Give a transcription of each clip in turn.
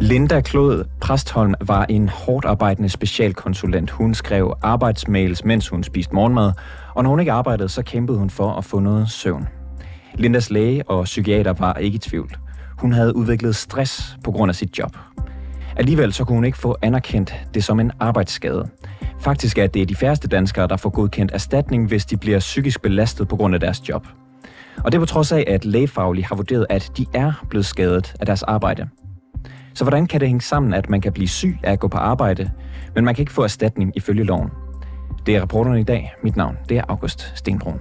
Linda Clod Præstholm var en hårdt arbejdende specialkonsulent. Hun skrev arbejdsmails, mens hun spiste morgenmad, og når hun ikke arbejdede, så kæmpede hun for at få noget søvn. Lindas læge og psykiater var ikke i tvivl. Hun havde udviklet stress på grund af sit job. Alligevel så kunne hun ikke få anerkendt det som en arbejdsskade. Faktisk er det de færreste danskere, der får godkendt erstatning, hvis de bliver psykisk belastet på grund af deres job. Og det på trods af, at lægefagligt har vurderet, at de er blevet skadet af deres arbejde. Så hvordan kan det hænge sammen, at man kan blive syg af at gå på arbejde, men man kan ikke få erstatning ifølge loven? Det er reporterne i dag. Mit navn, det er August Stenbrun.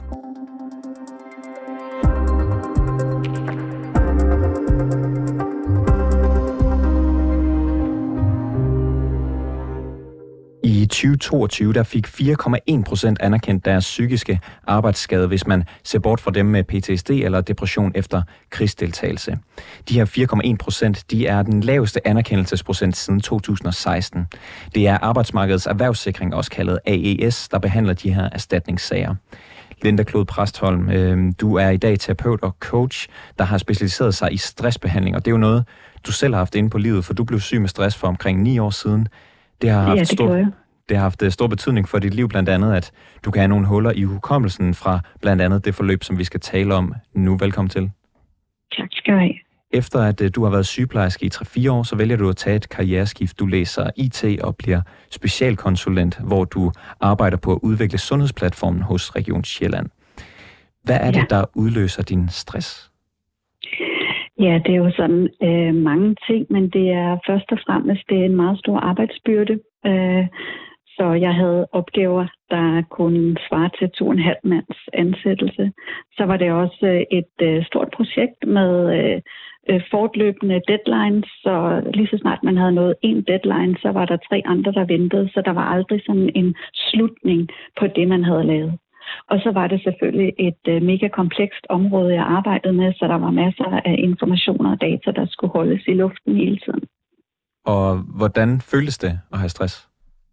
I 2022 der fik 4,1% anerkendt deres psykiske arbejdsskade, hvis man ser bort fra dem med PTSD eller depression efter krigsdeltagelse. De her 4,1%, de er den laveste anerkendelsesprocent siden 2016. Det er Arbejdsmarkedets Erhvervssikring, også kaldet AES, der behandler de her erstatningssager. Linda Clod Præstholm, du er i dag terapeut og coach, der har specialiseret sig i stressbehandling, og det er jo noget, du selv har haft inde på livet, for du blev syg med stress for omkring 9 år siden. Det har haft stor betydning for dit liv, blandt andet, at du kan have nogle huller i hukommelsen fra blandt andet det forløb, som vi skal tale om nu. Velkommen til. Tak skal du have. Efter at du har været sygeplejerske i 3-4 år, så vælger du at tage et karriereskift. Du læser IT og bliver specialkonsulent, hvor du arbejder på at udvikle sundhedsplatformen hos Region Sjælland. Hvad er det, der udløser din stress? Ja, det er jo sådan mange ting, men det er først og fremmest det er en meget stor arbejdsbyrde. Så jeg havde opgaver, der kunne svare til 2,5 mands ansættelse. Så var det også et stort projekt med fortløbende deadlines, så lige så snart man havde nået en deadline, så var der 3 andre, der ventede, så der var aldrig sådan en slutning på det, man havde lavet. Og så var det selvfølgelig et mega komplekst område, jeg arbejdede med, så der var masser af informationer og data, der skulle holdes i luften hele tiden. Og hvordan føltes det at have stress?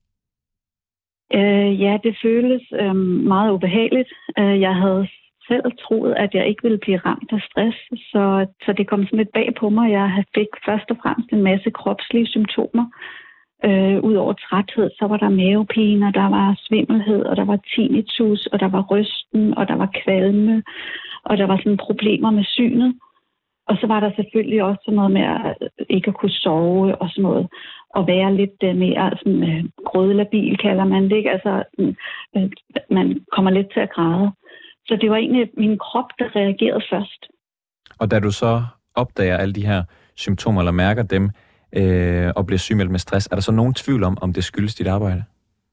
Ja, det føltes meget ubehageligt. Jeg havde selv troet, at jeg ikke ville blive ramt af stress, så det kom sådan lidt bag på mig. Jeg fik først og fremmest en masse kropslige symptomer. Udover træthed, så var der mavepine, og der var svimmelhed, og der var tinnitus, og der var rysten, og der var kvalme, og der var sådan problemer med synet. Og så var der selvfølgelig også sådan noget med at ikke at kunne sove og sådan noget, og være lidt mere sådan grødelabil, kalder man det, ikke? Altså, man kommer lidt til at græde. Så det var egentlig min krop, der reagerede først. Og da du så opdager alle de her symptomer, eller mærker dem, og bliver sygemeldt med stress, er der så nogen tvivl om det skyldes dit arbejde?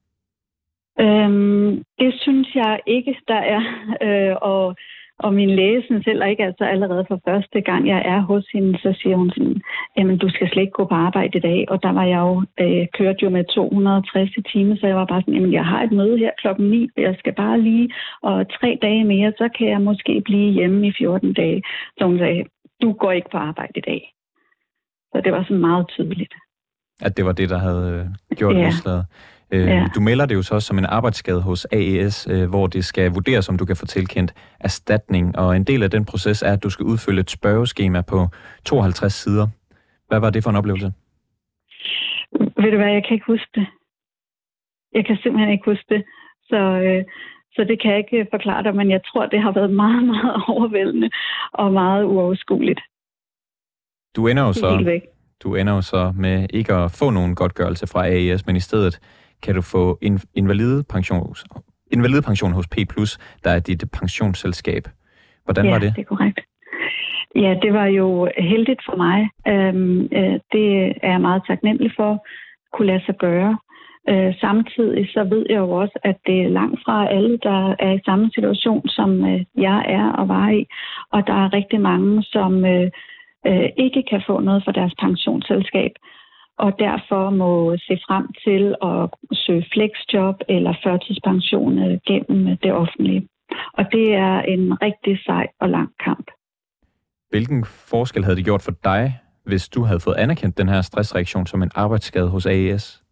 Det synes jeg ikke, der er. Og min læge synes heller ikke, altså allerede for første gang, jeg er hos hende, så siger hun sådan, jamen du skal slet ikke gå på arbejde i dag. Og der var jeg jo, kørte jo med 260 i timen, så jeg var bare sådan, jamen jeg har et møde her 9:00, jeg skal bare lige, og 3 dage mere, så kan jeg måske blive hjemme i 14 dage. Så hun sagde, du går ikke på arbejde i dag. Så det var sådan meget tydeligt. At det var det, der havde gjort udslaget. Du melder det jo så som en arbejdsskade hos AES, hvor det skal vurderes, om du kan få tilkendt erstatning. Og en del af den proces er, at du skal udfylde et spørgeskema på 52 sider. Hvad var det for en oplevelse? Ved du hvad, jeg kan ikke huske det. Jeg kan simpelthen ikke huske det. Så det kan jeg ikke forklare dig, men jeg tror, det har været meget, meget overvældende og meget uoverskueligt. Du ender jo så med ikke at få nogen godtgørelse fra AES, men i stedet kan du få invalidepension hos P+, der er dit pensionsselskab. Hvordan var det? Ja, det er korrekt. Ja, det var jo heldigt for mig. Det er jeg meget taknemmelig for at kunne lade sig gøre. Samtidig så ved jeg jo også, at det er langt fra alle, der er i samme situation, som jeg er og var i. Og der er rigtig mange, som ikke kan få noget for deres pensionsselskab, og derfor må se frem til at søge flexjob eller førtidspension gennem det offentlige. Og det er en rigtig sej og lang kamp. Hvilken forskel havde det gjort for dig, hvis du havde fået anerkendt den her stressreaktion som en arbejdsskade hos AES?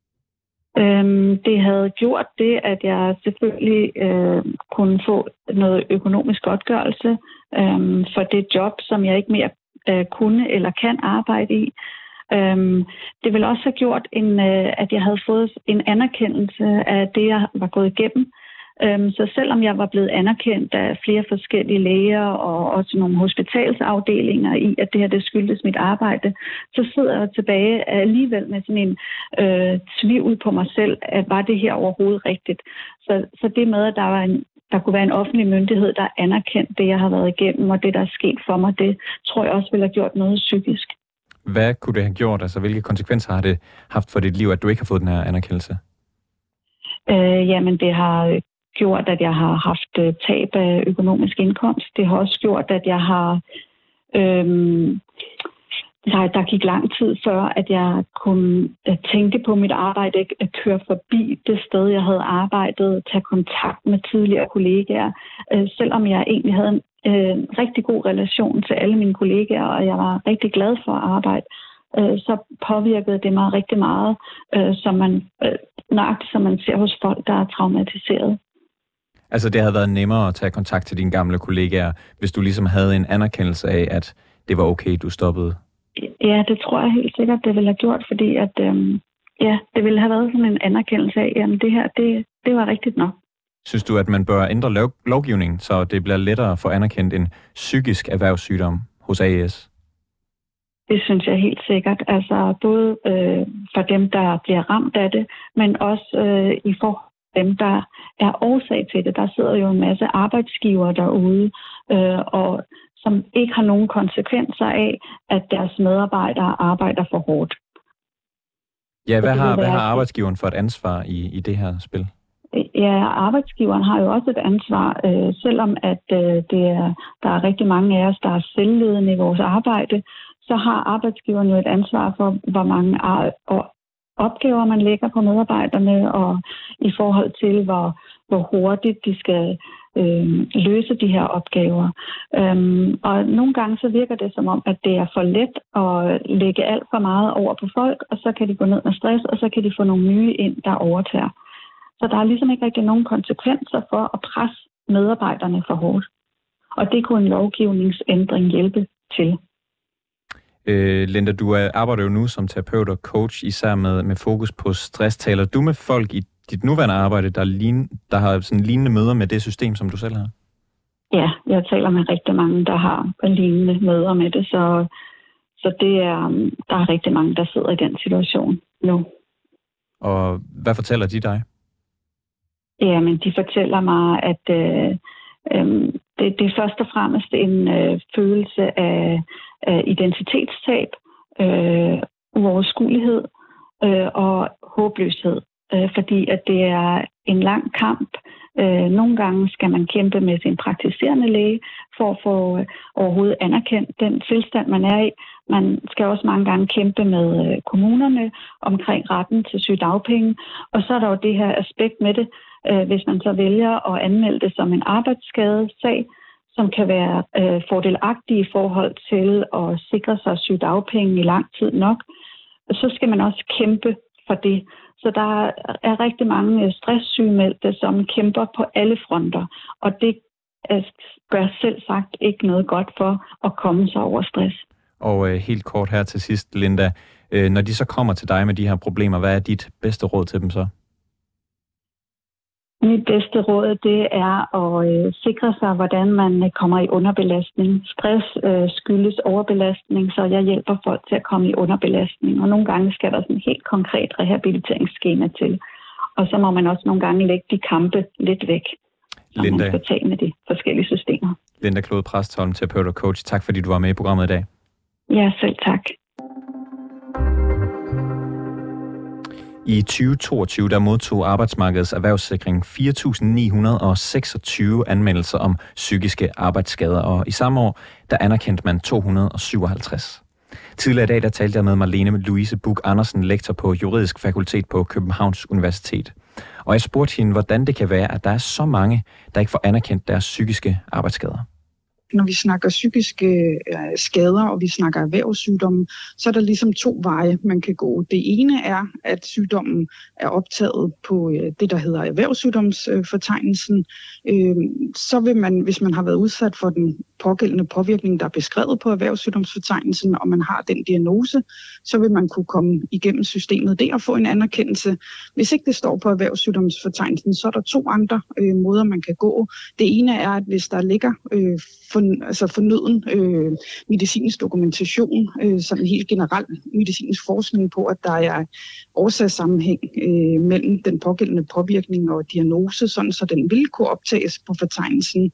Det havde gjort det, at jeg selvfølgelig kunne få noget økonomisk godtgørelse for det job, som jeg ikke mere kunne eller kan arbejde i. Det ville også have gjort, at jeg havde fået en anerkendelse af det, jeg var gået igennem. Så selvom jeg var blevet anerkendt af flere forskellige læger og også nogle hospitalsafdelinger i, at det her det skyldtes mit arbejde, så sidder jeg tilbage alligevel med sådan en tvivl på mig selv, at var det her overhovedet rigtigt. Så det med, at der kunne være en offentlig myndighed, der anerkendt det, jeg har været igennem, og det, der er sket for mig, det tror jeg også ville have gjort noget psykisk. Hvad kunne det have gjort? Altså, hvilke konsekvenser har det haft for dit liv, at du ikke har fået den her anerkendelse? Jamen, det har gjort, at jeg har haft tab af økonomisk indkomst. Det har også gjort, at jeg har... Der gik lang tid før, at jeg kunne tænke på mit arbejde, at køre forbi det sted, jeg havde arbejdet, tage kontakt med tidligere kollegaer. Selvom jeg egentlig havde en rigtig god relation til alle mine kollegaer, og jeg var rigtig glad for at arbejde, så påvirkede det mig rigtig meget, nøjagtigt som man ser hos folk, der er traumatiseret. Altså det havde været nemmere at tage kontakt til dine gamle kollegaer, hvis du ligesom havde en anerkendelse af, at det var okay, du stoppede? Ja, det tror jeg helt sikkert, det ville have gjort, fordi at, det ville have været sådan en anerkendelse af, at det her, det var rigtigt nok. Synes du, at man bør ændre lovgivningen, så det bliver lettere at få anerkendt en psykisk erhvervssygdom hos AES? Det synes jeg helt sikkert. Altså både for dem, der bliver ramt af det, men også i forhold til dem, der er årsag til det. Der sidder jo en masse arbejdsgivere derude, og som ikke har nogen konsekvenser af, at deres medarbejdere arbejder for hårdt. Ja, hvad har arbejdsgiveren for et ansvar i det her spil? Ja, arbejdsgiveren har jo også et ansvar, selvom at der er rigtig mange af os, der er selvledende i vores arbejde, så har arbejdsgiveren jo et ansvar for, hvor mange opgaver man lægger på medarbejderne, og i forhold til, hvor hurtigt de skal løse de her opgaver. Og nogle gange så virker det som om, at det er for let at lægge alt for meget over på folk, og så kan de gå ned med stress, og så kan de få nogle nye ind, der overtager. Så der er ligesom ikke rigtig nogen konsekvenser for at presse medarbejderne for hårdt. Og det kunne en lovgivningsændring hjælpe til. Linda, du arbejder jo nu som terapeut og coach, især med fokus på stress. Taler du med folk i dit nuværende arbejde, der har sådan lignende møder med det system, som du selv har? Ja, jeg taler med rigtig mange, der har lignende møder med det, så der er rigtig mange, der sidder i den situation nu. Og hvad fortæller de dig? Jamen, de fortæller mig, at det er først og fremmest en følelse af identitetstab, uoverskuelighed og håbløshed, fordi at det er en lang kamp. Nogle gange skal man kæmpe med sin praktiserende læge for at få overhovedet anerkendt den tilstand, man er i. Man skal også mange gange kæmpe med kommunerne omkring retten til sygedagpenge. Og så er der jo det her aspekt med det, hvis man så vælger at anmelde det som en arbejdsskadesag, som kan være fordelagtig i forhold til at sikre sig sygedagpenge i lang tid nok, så skal man også kæmpe for det. Så der er rigtig mange stresssygemeldte, som kæmper på alle fronter, og det gør selv sagt ikke noget godt for at komme sig over stress. Og helt kort her til sidst, Linda, når de så kommer til dig med de her problemer, hvad er dit bedste råd til dem så? Mit bedste råd, det er at sikre sig, hvordan man kommer i underbelastning. Stress skyldes overbelastning, så jeg hjælper folk til at komme i underbelastning. Og nogle gange skal der sådan et helt konkret rehabiliteringsskema til. Og så må man også nogle gange lægge de kampe lidt væk, som man skal tage med de forskellige systemer. Linda Clod Præstholm, terapeut og coach. Tak fordi du var med i programmet i dag. Ja, selv tak. I 2022 der modtog Arbejdsmarkedets Erhvervssikring 4.926 anmeldelser om psykiske arbejdsskader, og i samme år der anerkendte man 257. Tidligere i dag der talte jeg med Marlene Louise Buch Andersen, lektor på Juridisk Fakultet på Københavns Universitet. Og jeg spurgte hende, hvordan det kan være, at der er så mange, der ikke får anerkendt deres psykiske arbejdsskader. Når vi snakker psykiske skader, og vi snakker erhvervssygdomme, så er der ligesom 2 veje, man kan gå. Det ene er, at sygdommen er optaget på det, der hedder erhvervssygdomsfortegnelsen. Så vil man, hvis man har været udsat for den pågældende påvirkning, der er beskrevet på erhvervssygdomsfortegnelsen, og man har den diagnose, så vil man kunne komme igennem systemet der og få en anerkendelse. Hvis ikke det står på erhvervssygdomsfortegnelsen, så er der 2 andre måder, man kan gå. Det ene er, at hvis der ligger fornøden medicinsk dokumentation, sådan helt generelt medicinsk forskning på, at der er årsagssammenhæng mellem den pågældende påvirkning og diagnose, sådan så den vil kunne optages på fortegnelsen,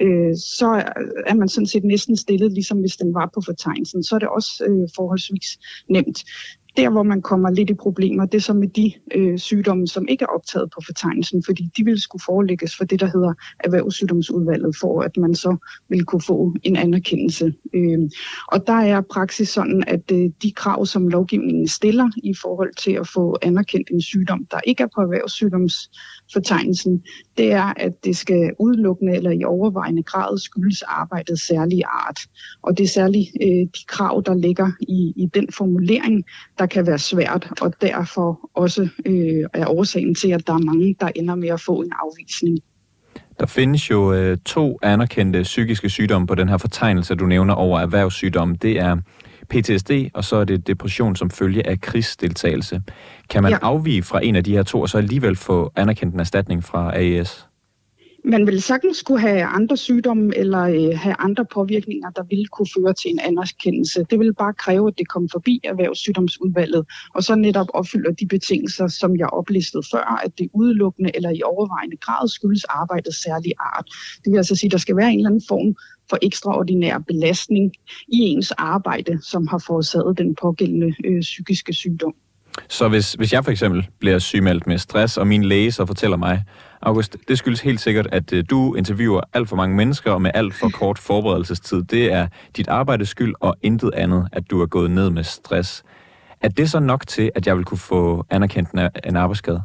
så er man sådan set næsten stillet, ligesom hvis den var på fortegnelsen. Så er det også forholdsvis nemt. Der, hvor man kommer lidt i problemer, det er så med de sygdomme, som ikke er optaget på fortegnelsen, fordi de vil skulle forelægges for det, der hedder erhvervssygdomsudvalget, for at man så vil kunne få en anerkendelse. Og der er praksis sådan, at de krav, som lovgivningen stiller i forhold til at få anerkendt en sygdom, der ikke er på erhvervssygdomsfortegnelsen, det er, at det skal udelukkende eller i overvejende grad skyldes arbejdets særlige art. Og det er særligt de krav, der ligger i den formulering, der kan være svært, og derfor også er årsagen til, at der er mange, der ender med at få en afvisning. Der findes jo 2 anerkendte psykiske sygdomme på den her fortegnelse, du nævner over erhvervssygdomme. Det er PTSD, og så er det depression som følge af krigsdeltagelse. Kan man afvige fra en af de her 2, og så alligevel få anerkendt en erstatning fra AES? Man vil sagtens kunne have andre sygdomme eller have andre påvirkninger, der ville kunne føre til en anerkendelse. Det vil bare kræve, at det kommer forbi erhvervssygdomsudvalget, og så netop opfylder de betingelser, som jeg oplistede før, at det udelukkende eller i overvejende grad skyldes arbejdets særlige art. Det vil altså sige, at der skal være en eller anden form for ekstraordinær belastning i ens arbejde, som har forårsaget den pågældende psykiske sygdom. Så hvis jeg for eksempel bliver sygemeldt med stress, og min læge så fortæller mig, August, det skyldes helt sikkert, at du interviewer alt for mange mennesker, og med alt for kort forberedelsestid. Det er dit arbejdes skyld, og intet andet, at du er gået ned med stress. Er det så nok til, at jeg vil kunne få anerkendt en arbejdsskade?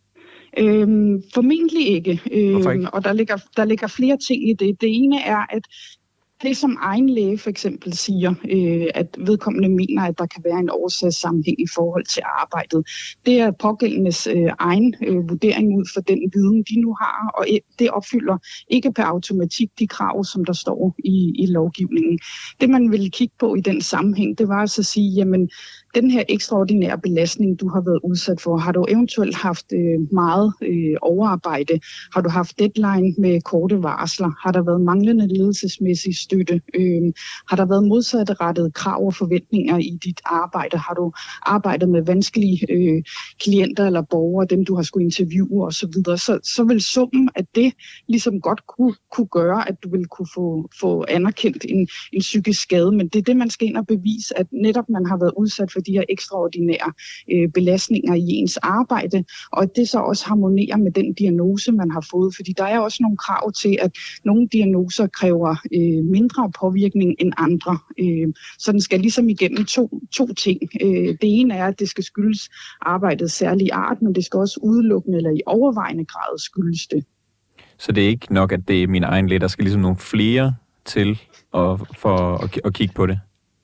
Formentlig ikke. Hvorfor ikke? Og der ligger flere ting i det. Det ene er, at det, som egen læge for eksempel siger, at vedkommende mener, at der kan være en årsagssammenhæng i forhold til arbejdet, det er pågældendes egen vurdering ud fra den viden, de nu har, og det opfylder ikke per automatik de krav, som der står i lovgivningen. Det, man ville kigge på i den sammenhæng, det var altså at sige, jamen, den her ekstraordinære belastning, du har været udsat for, har du eventuelt haft meget overarbejde? Har du haft deadline med korte varsler? Har der været manglende ledelsesmæssig støtte? Har der været modsatrettede krav og forventninger i dit arbejde? Har du arbejdet med vanskelige klienter eller borgere, dem du har skulle interviewe osv.? Så vil summen af det ligesom godt kunne gøre, at du vil kunne få anerkendt en psykisk skade. Men det er det, man skal ind og bevise, at netop man har været udsat for de her ekstraordinære belastninger i ens arbejde, og at det så også harmonerer med den diagnose, man har fået. Fordi der er også nogle krav til, at nogle diagnoser kræver mindre påvirkning end andre. Så den skal ligesom igennem to ting. Det ene er, at det skal skyldes arbejdets særlige art, men det skal også udelukkende eller i overvejende grad skyldes det. Så det er ikke nok, at det er min egen læge, der skal ligesom nogle flere til for at kigge på det?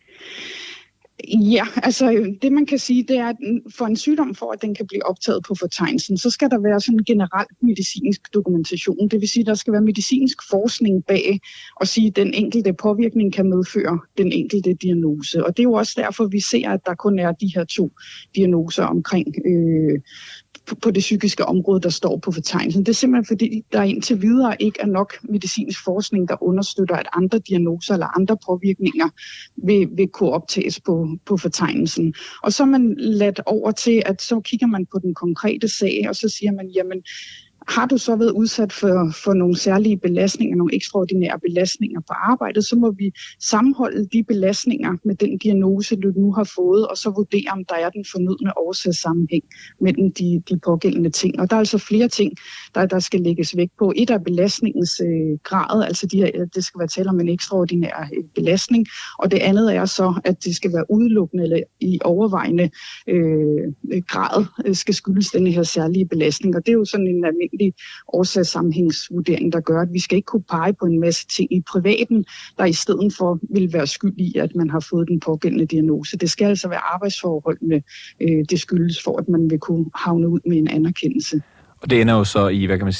Ja, altså det man kan sige, det er, at for en sygdom, for at den kan blive optaget på fortegnelsen, så skal der være sådan en generel medicinsk dokumentation. Det vil sige, at der skal være medicinsk forskning bag at sige, at den enkelte påvirkning kan medføre den enkelte diagnose. Og det er jo også derfor, vi ser, at der kun er de her 2 diagnoser omkring på det psykiske område, der står på fortegnelsen. Det er simpelthen fordi, der indtil videre ikke er nok medicinsk forskning, der understøtter, at andre diagnoser eller andre påvirkninger vil kunne optages på fortegnelsen. Og så er man ladt over til, at så kigger man på den konkrete sag, og så siger man, jamen, har du så været udsat for nogle særlige belastninger, nogle ekstraordinære belastninger på arbejdet, så må vi sammenholde de belastninger med den diagnose, du nu har fået, og så vurdere, om der er den fornødne årsagssammenhæng mellem de pågældende ting. Og der er altså flere ting, der skal lægges vægt på. Et er belastningens grad, altså det skal være tale om en ekstraordinær belastning, og det andet er så, at det skal være udelukkende eller i overvejende grad skal skyldes denne her særlige belastning. Og det er jo sådan en almindelig årsagssammenhængsvurdering, der gør, at vi skal ikke kunne pege på en masse ting i privaten, der i stedet for vil være skyld i, at man har fået den pågældende diagnose. Det skal altså være arbejdsforholdene, det skyldes for, at man vil kunne havne ud med en anerkendelse. Og det ender jo så i, hvad kan man sige,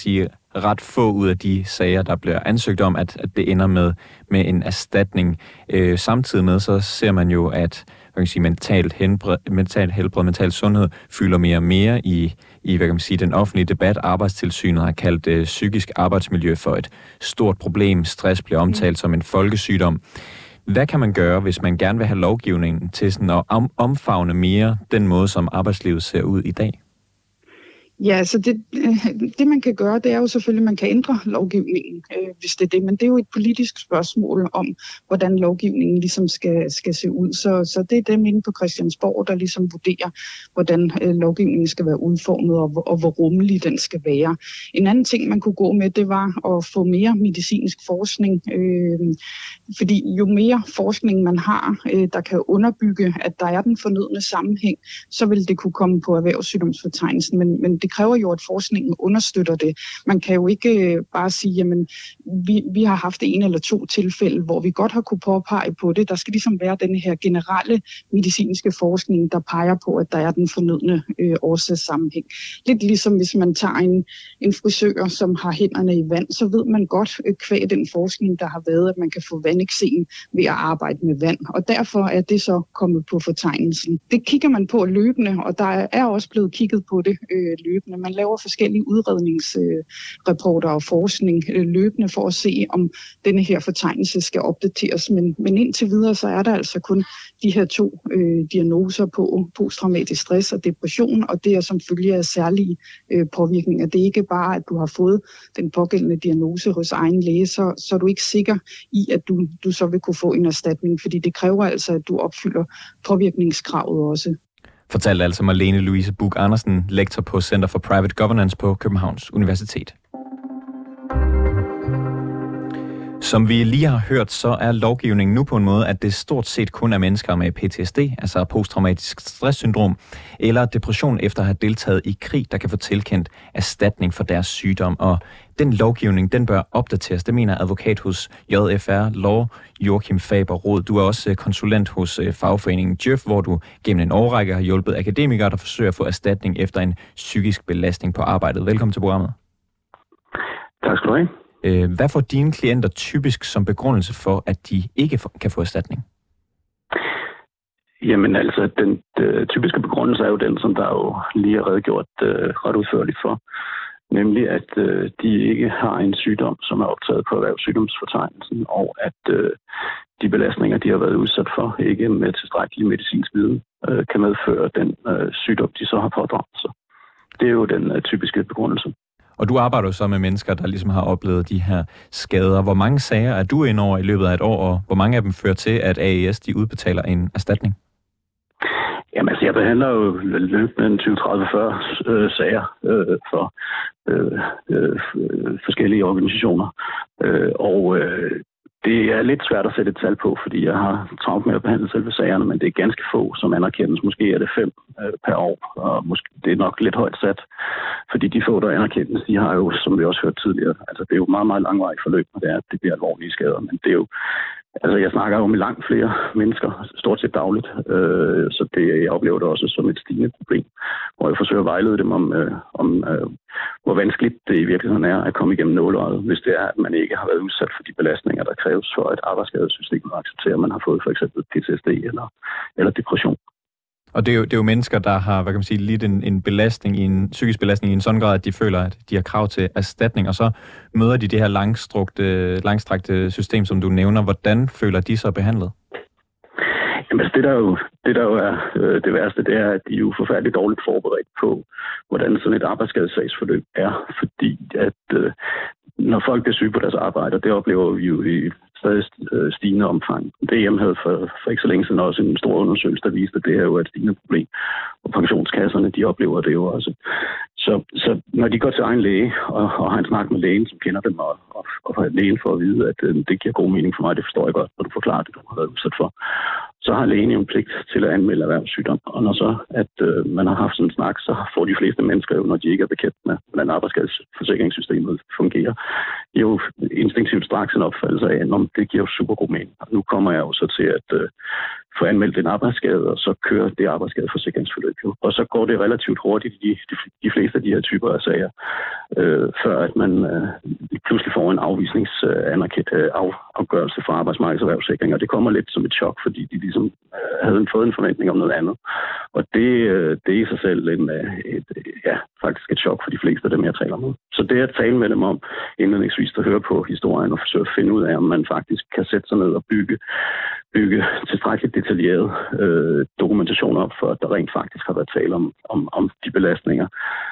ret få ud af de sager, der bliver ansøgt om, at det ender med en erstatning. Samtidig med, så ser man jo, at mental helbred, mental sundhed fylder mere og mere i den offentlige debat. Arbejdstilsynet har kaldt psykisk arbejdsmiljø for et stort problem. Stress bliver omtalt som en folkesygdom. Hvad kan man gøre, hvis man gerne vil have lovgivningen til sådan at omfavne mere den måde, som arbejdslivet ser ud i dag? Ja, så det man kan gøre, det er jo selvfølgelig, at man kan ændre lovgivningen, hvis det er det. Men det er jo et politisk spørgsmål om, hvordan lovgivningen ligesom skal se ud. Så det er dem inde på Christiansborg, der ligesom vurderer, hvordan lovgivningen skal være udformet, og hvor rummelig den skal være. En anden ting, man kunne gå med, det var at få mere medicinsk forskning. Fordi jo mere forskning man har, der kan underbygge, at der er den fornødne sammenhæng, så vil det kunne komme på erhvervssygdomsfortegnelsen. Men det kræver jo, at forskningen understøtter det. Man kan jo ikke bare sige, jamen, vi har haft 1 eller 2 tilfælde, hvor vi godt har kunne påpege på det. Der skal ligesom være den her generelle medicinske forskning, der peger på, at der er den fornødne årsagssammenhæng. Lidt ligesom hvis man tager en frisør, som har hænderne i vand, så ved man godt, kvæg den forskning, der har været, at man kan få vandeksem ved at arbejde med vand. Og derfor er det så kommet på fortegnelsen. Det kigger man på løbende, og der er også blevet kigget på det løbende. Man laver forskellige udredningsrapporter og forskning løbende for at se, om denne her fortegnelse skal opdateres. Men indtil videre, så er der altså kun de her 2 diagnoser på posttraumatisk stress og depression, og det er som følge af særlige påvirkninger. Det er ikke bare, at du har fået den pågældende diagnose hos egen læge, så er du ikke sikker i, at du så vil kunne få en erstatning, fordi det kræver altså, at du opfylder påvirkningskravet også. Fortalte altså Marlene Louise Buch Andersen, lektor på Center for Private Governance på Københavns Universitet. Som vi lige har hørt, så er lovgivningen nu på en måde, at det stort set kun er mennesker med PTSD, altså posttraumatisk stresssyndrom, eller depression efter at have deltaget i krig, der kan få tilkendt erstatning for deres sygdom. Og den lovgivning, den bør opdateres. Det mener advokat hos JFR Law, Joachim Faber Rod. Du er også konsulent hos fagforeningen Djøf, hvor du gennem en årrække har hjulpet akademikere, der forsøger at få erstatning efter en psykisk belastning på arbejdet. Velkommen til programmet. Tak skal du have. Hvad får dine klienter typisk som begrundelse for, at de ikke kan få erstatning? Jamen altså, den typiske begrundelse er jo den, som der jo lige er redegjort ret udførligt for. Nemlig, at de ikke har en sygdom, som er optaget på erhvervssygdomsfortegnelsen, og at de belastninger, de har været udsat for, ikke med tilstrækkelig medicinsk viden, kan medføre den sygdom, de så har pådraget sig. Det er jo den typiske begrundelse. Og du arbejder jo så med mennesker, der ligesom har oplevet de her skader. Hvor mange sager er du inde over i løbet af et år, og hvor mange af dem fører til, at AES de udbetaler en erstatning? Jamen altså, jeg behandler jo løbende 20-30-40 sager for forskellige organisationer. Det er lidt svært at sætte et tal på, fordi jeg har travlt med at behandle selve sagerne, men det er ganske få, som anerkendes. Måske er det 5 per år, og måske det er nok lidt højt sat. Fordi de få, der anerkendes, de har jo, som vi også hørte tidligere, altså det er jo meget, meget langvarigt forløb, og det er, at det bliver alvorlige skader. Men det er jo, altså jeg snakker jo med langt flere mennesker, stort set dagligt, så jeg oplever det også som et stigende problem, hvor jeg forsøger at vejlede dem om hvor vanskeligt det i virkeligheden er at komme igennem nåleøjet, hvis det er, at man ikke har været udsat for de belastninger, der kræves for et arbejdsskadesystem, og acceptere, at man har fået for eksempel PTSD eller depression. Og det er jo mennesker, der har, hvad kan man sige, lidt en belastning, en psykisk belastning i en sådan grad, at de føler, at de har krav til erstatning, og så møder de det her langstrakte system, som du nævner. Hvordan føler de så behandlet? Jamen, det der jo er det værste, det er, at de er jo forfærdeligt dårligt forberedt på, hvordan sådan et arbejdsskadesagsforløb er, fordi at når folk bliver syge på deres arbejde, og det oplever vi jo i stadig stigende omfang. DM havde for ikke så længe siden også en stor undersøgelse, der viste, at det er jo et stigende problem. Og pensionskasserne, de oplever det jo også. Så når de går til egen læge og har en snak med lægen, som kender dem, og har lægen for at vide, at det giver god mening for mig, det forstår jeg godt, når du forklarer det, du har været udsat for, så har lægen jo en pligt til at anmelde erhvervssygdom. Og når så, at man har haft sådan en snak, så får de fleste mennesker jo, når de ikke er bekendt med, hvordan arbejdsskadesforsikringssystemet fungerer, jo instinktivt straks en opfattelse af, at det giver jo super god mening. Og nu kommer jeg jo så til at få anmeldt en arbejdsskade, og så kører det arbejdsskadeforsikringsforløb jo. Og så går det relativt hurtigt i de fleste af de her typer af sager, før at man pludselig får en afgørelse fra Arbejdsmarkedets Erhvervssikring, og det kommer lidt som et chok, fordi de ligesom havde fået en forventning om noget andet. Og det er i sig selv faktisk et chok for de fleste af dem, jeg taler med. Så det at tale med dem om indledningsvis at høre på historien og forsøge at finde ud af, om man faktisk kan sætte sig ned og bygge tilstrækkeligt detaljeret dokumentation op for, at der rent faktisk har været tale om de belastninger,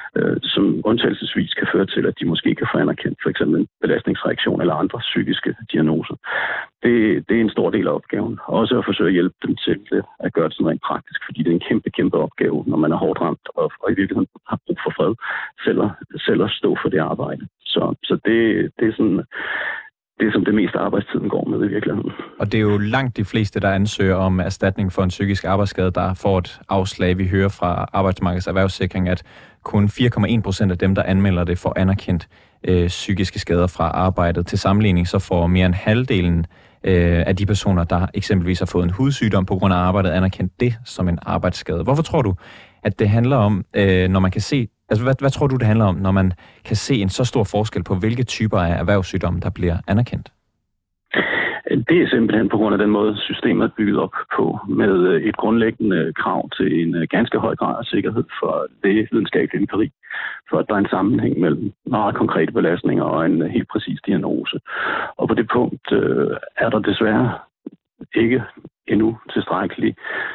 som undtagelsesvis kan føre til, at de måske kan få anerkendt for eksempel en belastningsreaktion eller andre psykiske diagnoser. Det er en stor del af opgaven. Også at forsøge at hjælpe dem til at gøre det sådan rent praktisk, fordi det er en kæmpe opgave, når man er hårdt ramt og i virkeligheden har brug for fred, selv at stå for det arbejde. Så det er sådan... Det er som det meste arbejdstiden går med i virkeligheden. Og det er jo langt de fleste, der ansøger om erstatning for en psykisk arbejdsskade, der får et afslag. Vi hører fra Arbejdsmarkedets Erhvervssikring, at kun 4,1% af dem, der anmelder det, får anerkendt psykiske skader fra arbejdet. Til sammenligning så får mere end halvdelen af de personer, der eksempelvis har fået en hudsygdom på grund af arbejdet, anerkendt det som en arbejdsskade. Hvorfor tror du, at det handler om, når man kan se... Altså, hvad tror du, det handler om, når man kan se en så stor forskel på, hvilke typer af erhvervssygdomme, der bliver anerkendt? Det er simpelthen på grund af den måde, systemet er bygget op på, med et grundlæggende krav til en ganske høj grad af sikkerhed for lægevidenskabelig empiri, for at der er en sammenhæng mellem meget konkrete belastninger og en helt præcis diagnose. Og på det punkt er der desværre ikke endnu tilstrækkelige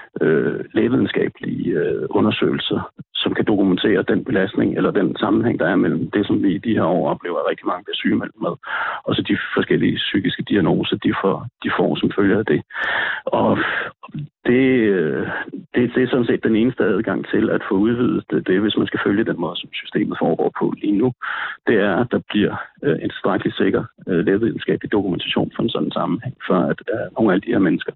lægevidenskabelige undersøgelser, som kan dokumentere den belastning eller den sammenhæng, der er mellem det, som vi i de her år oplever, at rigtig mange bliver sygemeldt med, og så de forskellige psykiske diagnoser, de får som følge af det. Og det er sådan set den eneste adgang til at få udvidet det, hvis man skal følge den måde, som systemet foregår på lige nu. Det er, at der bliver en tilstrækkelig sikker lægevidenskabelig dokumentation for en sådan sammenhæng, for at nogle af de her mennesker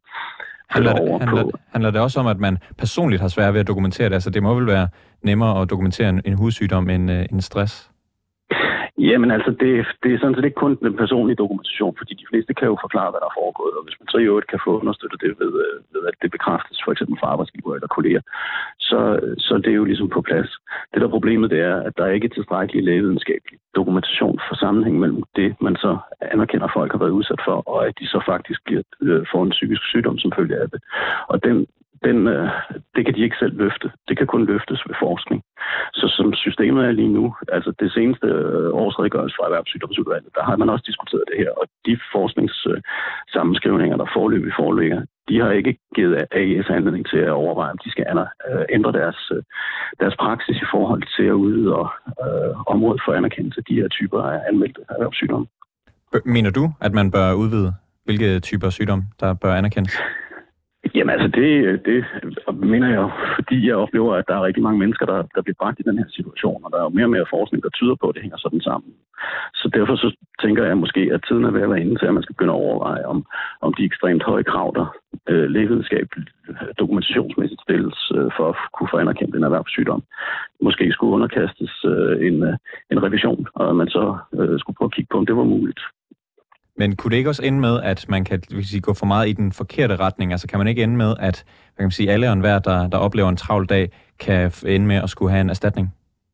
Handler det også om, at man personligt har svært ved at dokumentere det? Altså, det må vel være nemmere at dokumentere en hudsygdom end stress? Jamen altså, det er sådan set ikke kun den personlige dokumentation, fordi de fleste kan jo forklare, hvad der er foregået, og hvis man så i øvrigt kan få understøttet det ved at det bekræftes for eksempel fra arbejdsgiver eller kolleger, så det er jo ligesom på plads. Det der problemet, det er, at der ikke er tilstrækkelig lægevidenskabelig dokumentation for sammenhæng mellem det, man så anerkender, folk har været udsat for, og at de så faktisk får en psykisk sygdom som følge af det. Og det kan de ikke selv løfte. Det kan kun løftes ved forskning. Så som systemet er lige nu, altså det seneste årsredegørelse fra Erhvervssygdomsudvalget, der har man også diskuteret det her, og de forskningssammenskrivninger, der foreløbig foreligger, de har ikke givet AES anledning til at overveje, om de skal ændre deres praksis i forhold til at udvide området for anerkendelse af de her typer af anmeldte erhvervssygdomme. Mener du, at man bør udvide, hvilke typer sygdomme, der bør anerkendes? Jamen altså, det mener jeg, fordi jeg oplever, at der er rigtig mange mennesker, der bliver bragt i den her situation, og der er jo mere og mere forskning, der tyder på, at det hænger sådan sammen. Så derfor så tænker jeg måske, at tiden er ved at være inde til, at man skal begynde at overveje, om de ekstremt høje krav, der lægevidenskabeligt dokumentationsmæssigt stilles for at kunne få anerkendt en erhvervssygdom, måske skulle underkastes en revision, og man så skulle prøve at kigge på, om det var muligt. Men kunne det ikke også ende med, at man kan gå for meget i den forkerte retning? Altså kan man ikke ende med, at alle og enhver, der oplever en travl dag, kan ende med at skulle have en erstatning?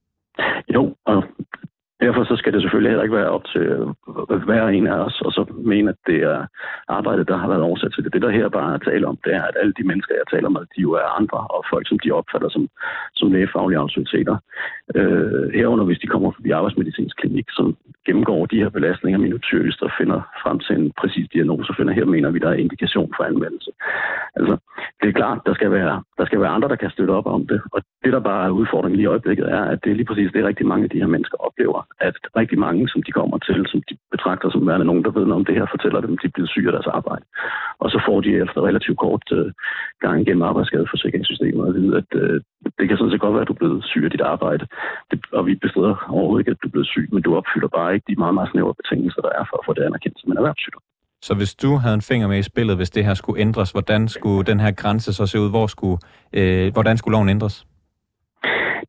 Jo, og derfor så skal det selvfølgelig heller ikke være op til hver en af os, og så mene, at det er arbejdet, der har været oversat til det. Det, der her bare er tale om, det er, at alle de mennesker, jeg taler med, de jo er andre, og folk, som de opfatter som lægefaglige autoriteter. Herunder, hvis de kommer forbi arbejdsmedicinsk klinik, som gennemgår de her belastninger minutiøst og finder frem til en præcis diagnose, her mener vi, der er indikation for anvendelse. Altså, det er klart, der skal være andre, der kan støtte op om det, og det, der bare er udfordringen lige i øjeblikket, er, at det er lige præcis det, rigtig mange af de her mennesker oplever, at rigtig mange, som de kommer til, som de betragter som værende nogen, der ved noget om det her, fortæller dem, at de bliver syge af deres arbejde. Og så får de efter relativt kort gang igennem arbejdsskadeforsikringssystemet at vide, at det kan sådan set godt være, at du er blevet syg af dit arbejde, og vi bestrider overhovedet ikke, at du er blevet syg, men du opfylder bare ikke de meget, meget snævre betingelser, der er for at få det anerkendt som en erhvervssygdom. Så hvis du havde en finger med i spillet, hvis det her skulle ændres, hvordan skulle den her grænse så se ud? Hvordan skulle loven ændres?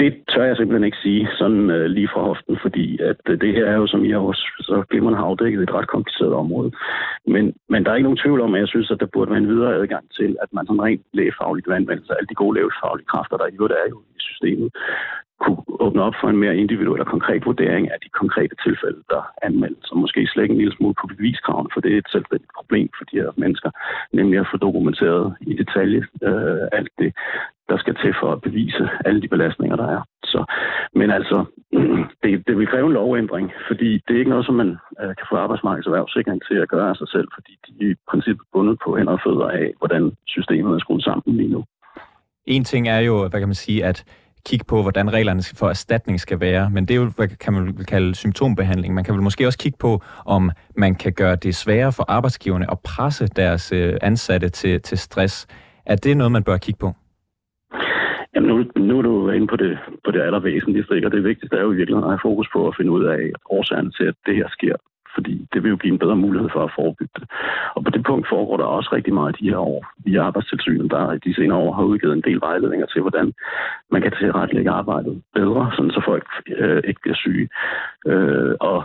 Det tør jeg simpelthen ikke sige sådan lige fra hoften, fordi at det her er jo, som I har også så glimrende har afdækket, et ret kompliceret område. Men der er ikke nogen tvivl om, at jeg synes, at der burde være en videre adgang til, at man sådan rent lægefagligt ved anvendelse af alle de gode lægefaglige kræfter, der jo er jo i systemet, kunne åbne op for en mere individuel og konkret vurdering af de konkrete tilfælde, der anmeldes, og måske slække en lille smule på beviskravene, for det er et selvstændigt problem for de her mennesker, nemlig at få dokumenteret i detalje alt det, der skal til for at bevise alle de belastninger, der er. Men altså, det vil kræve en lovændring, fordi det er ikke noget, som man kan få arbejdsmarkedets erhvervssikring til at gøre af sig selv, fordi de er i princippet bundet på hænder og fødder af, hvordan systemet er skruet sammen lige nu. En ting er jo, hvad kan man sige, at kigge på, hvordan reglerne for erstatning skal være, men det er jo, hvad kan man kalde symptombehandling. Man kan vel måske også kigge på, om man kan gøre det sværere for arbejdsgiverne at presse deres ansatte til stress. Er det noget, man bør kigge på? Jamen nu er du inde på det allervæsentligste, og det vigtigste er jo i virkeligheden at have fokus på at finde ud af årsagerne til, at det her sker. Fordi det vil jo give en bedre mulighed for at forebygge det. Og på det punkt foregår der også rigtig meget de her år via Arbejdstilsynet, der i de senere år har udgivet en del vejledninger til, hvordan man kan tilrettelægge arbejdet bedre, sådan så folk ikke bliver syge. Og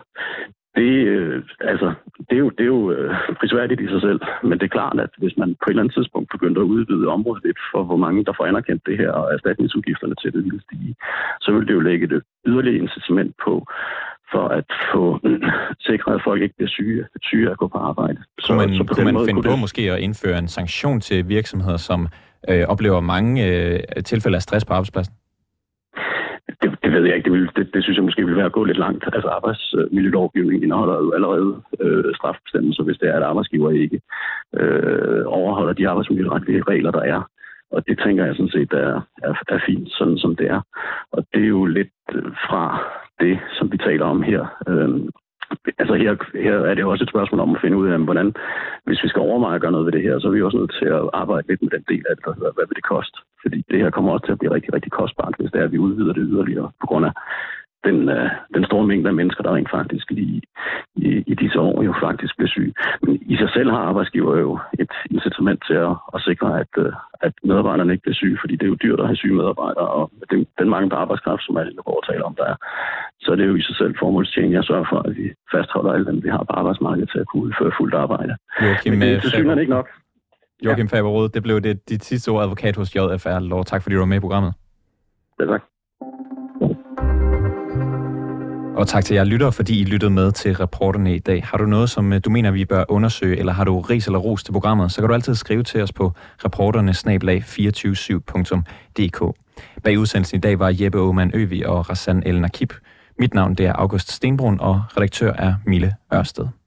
det er jo prisværdigt i sig selv, men det er klart, at hvis man på et eller andet tidspunkt begynder at udvide området lidt for, hvor mange der får anerkendt det her, og erstatningsudgifterne til det vil stige, så vil det jo lægge et yderligere incitament på, for at få sikret, at folk ikke bliver syge af at gå på arbejde. Kunne man finde på måske at indføre en sanktion til virksomheder, som oplever mange tilfælde af stress på arbejdspladsen? Det ved jeg ikke. Det synes jeg måske ville være at gå lidt langt. Altså arbejdsmiljølovgivningen indeholder jo allerede strafbestemmelser, hvis det er, at arbejdsgiver ikke overholder de arbejdsmiljøretlige regler, der er. Og det tænker jeg sådan set er fint, sådan som det er. Og det er jo lidt fra det, som vi taler om her. Altså her er det jo også et spørgsmål om at finde ud af, hvordan, hvis vi skal overveje at gøre noget ved det her, så er vi også nødt til at arbejde lidt med den del af det, der hedder, hvad vil det koste? Fordi det her kommer også til at blive rigtig, rigtig kostbart, hvis det er, at vi udvider det yderligere, på grund af den store mængde af mennesker, der rent faktisk lige i disse år jo faktisk bliver syge. Men i sig selv har arbejdsgiver jo et incitament til at sikre, at medarbejderne ikke bliver syge, fordi det er jo dyrt at have syge medarbejdere, og den mangel på arbejdskraft, som alle går og taler om, der er, så er det jo i sig selv formålstjenligt at sørge for, at vi fastholder alle dem, vi har på arbejdsmarkedet til at kunne udføre fuldt arbejde. Men det er tilsyneladende ikke nok. Joachim Faber-Rode, det blev dit sidste ord, advokat hos JFR Law. Tak fordi du var med i programmet. Ja, tak. Og tak til jer lyttere, fordi I lyttede med til reporterne i dag. Har du noget, som du mener, vi bør undersøge, eller har du ris eller ros til programmet, så kan du altid skrive til os på reporterne@247.dk. Bag udsendelsen i dag var Jeppe Aumann Øvig og Rassan El Nakib. Mit navn det er August Stenbrun, og redaktør er Mille Ørsted.